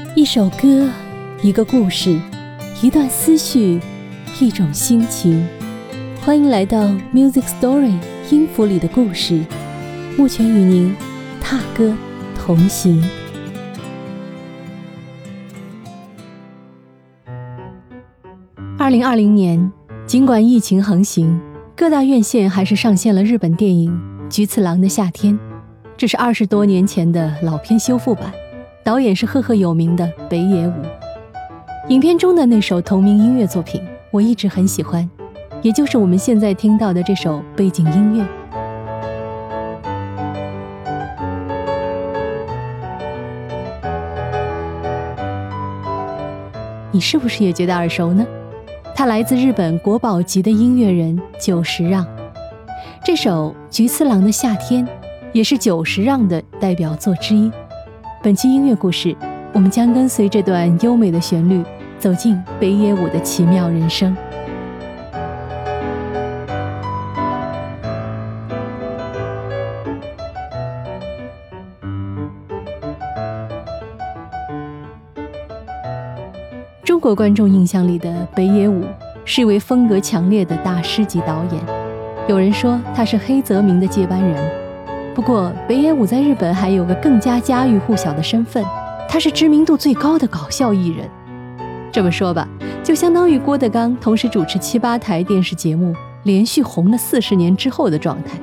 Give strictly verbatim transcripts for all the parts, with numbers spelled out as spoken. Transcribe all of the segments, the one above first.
一首歌，一个故事，一段思绪，一种心情。欢迎来到 Music Story 音符里的故事，目前与您踏歌同行。二零二零年，尽管疫情横行，各大院线还是上线了日本电影《菊次郎的夏天》，这是二十多年前的老片修复版，导演是赫赫有名的北野武。影片中的那首同名音乐作品我一直很喜欢，也就是我们现在听到的这首背景音乐。你是不是也觉得耳熟呢？它来自日本国宝级的音乐人久石让。这首《菊次郎的夏天》也是久石让的代表作之一。本期音乐故事，我们将跟随这段优美的旋律，走进北野武的奇妙人生。中国观众印象里的北野武是一位风格强烈的大师级导演，有人说他是黑泽明的接班人。不过北野武在日本还有个更加家喻户晓的身份，他是知名度最高的搞笑艺人。这么说吧，就相当于郭德纲同时主持七八台电视节目，连续红了四十年之后的状态。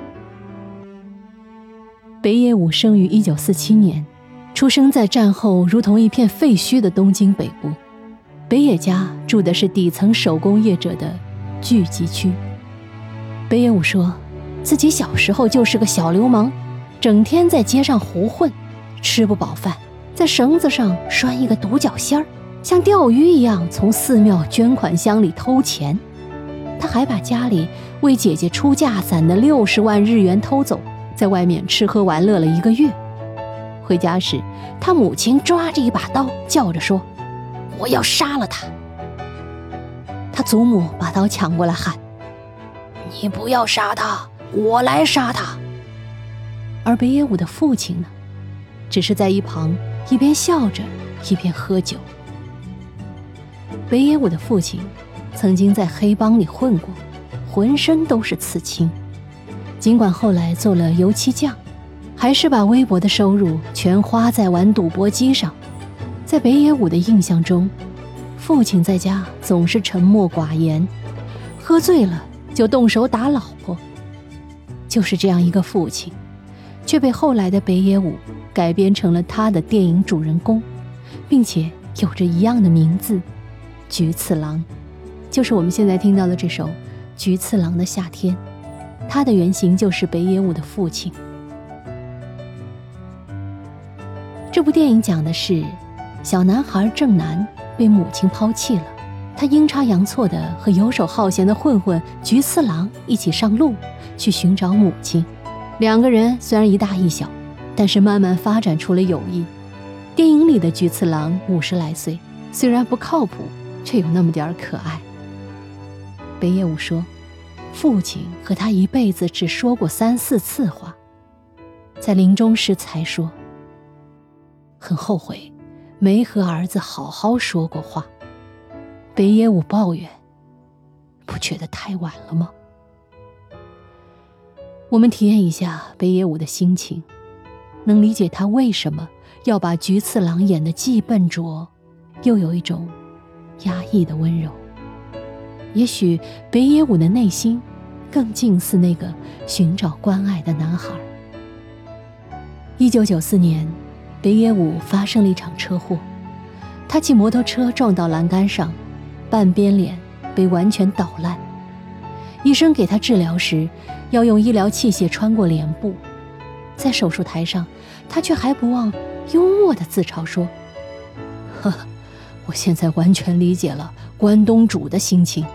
北野武生于一九四七年，出生在战后如同一片废墟的东京北部。北野家住的是底层手工业者的聚集区。北野武说自己小时候就是个小流氓，整天在街上胡混，吃不饱饭，在绳子上拴一个独角仙儿，像钓鱼一样从寺庙捐款箱里偷钱。他还把家里为姐姐出嫁攒的六十万日元偷走，在外面吃喝玩乐了一个月。回家时，他母亲抓着一把刀，叫着说：“我要杀了他。”他祖母把刀抢过来喊：“你不要杀他，我来杀他。”而北野武的父亲呢，只是在一旁一边笑着一边喝酒。北野武的父亲曾经在黑帮里混过，浑身都是刺青，尽管后来做了油漆匠，还是把微薄的收入全花在玩赌博机上。在北野武的印象中，父亲在家总是沉默寡言，喝醉了就动手打老婆。就是这样一个父亲，却被后来的北野武改编成了他的电影主人公，并且有着一样的名字菊次郎，就是我们现在听到的这首《菊次郎的夏天》，他的原型就是北野武的父亲。这部电影讲的是小男孩正南被母亲抛弃了，他阴差阳错的和游手好闲的混混菊次郎一起上路去寻找母亲。两个人虽然一大一小，但是慢慢发展出了友谊。电影里的菊次郎五十来岁，虽然不靠谱，却有那么点可爱。北野武说，父亲和他一辈子只说过三四次话，在临终时才说，很后悔没和儿子好好说过话。北野武抱怨，不觉得太晚了吗？我们体验一下北野武的心情，能理解他为什么要把菊次郎演得既笨拙又有一种压抑的温柔。也许北野武的内心更近似那个寻找关爱的男孩。一九九四年，北野武发生了一场车祸，他骑摩托车撞到栏杆上，半边脸被完全捣烂。医生给他治疗时要用医疗器械穿过脸部，在手术台上，他却还不忘幽默地自嘲说：“呵，我现在完全理解了关东煮的心情。”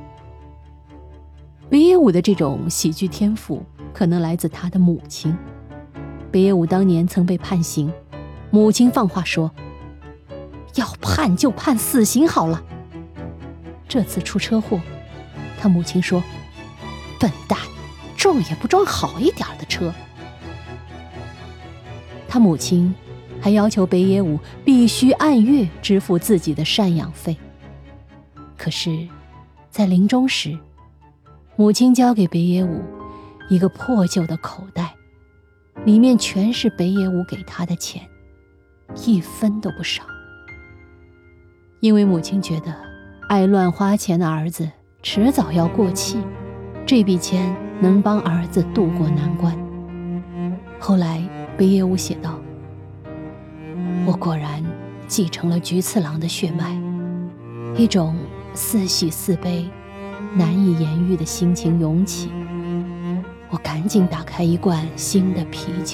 北野武的这种喜剧天赋可能来自他的母亲。北野武当年曾被判刑，母亲放话说：“要判就判死刑好了。”这次出车祸，他母亲说：“笨蛋，撞也不撞好一点的车。”他母亲还要求北野武必须按月支付自己的赡养费。可是在临终时，母亲交给北野武一个破旧的口袋，里面全是北野武给他的钱，一分都不少。因为母亲觉得爱乱花钱的儿子迟早要过气，这笔钱能帮儿子渡过难关。后来北野武写道，我果然继承了菊次郎的血脉，一种似喜似悲难以言喻的心情涌起，我赶紧打开一罐新的啤酒。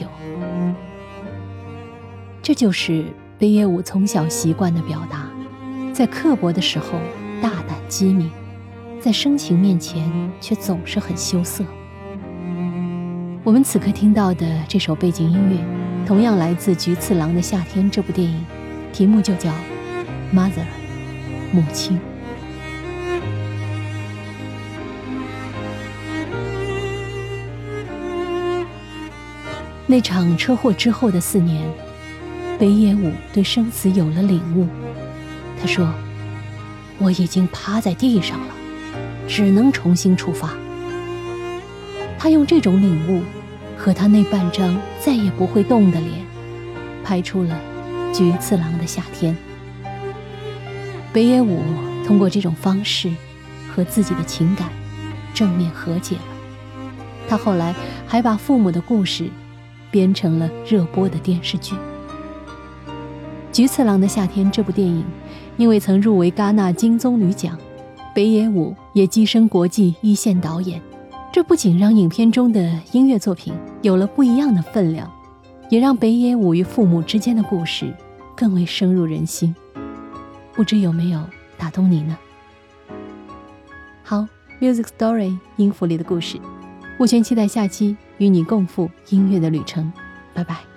这就是北野武从小习惯的表达，在刻薄的时候大胆机敏，在深情面前却总是很羞涩。我们此刻听到的这首背景音乐同样来自菊次郎的《夏天》这部电影，题目就叫 Mother 母亲。那场车祸之后的四年，北野武对生死有了领悟。他说，我已经趴在地上了，只能重新出发。他用这种领悟和他那半张再也不会动的脸，拍出了菊次郎的夏天。北野武通过这种方式和自己的情感正面和解了。他后来还把父母的故事编成了热播的电视剧。菊次郎的夏天这部电影因为曾入围戛纳金棕榈奖，北野武也跻身国际一线导演。这不仅让影片中的音乐作品有了不一样的分量，也让北野武与父母之间的故事更为深入人心。不知有没有打动你呢？好， Music Story 音符里的故事，我全期待下期与你共赴音乐的旅程。拜拜。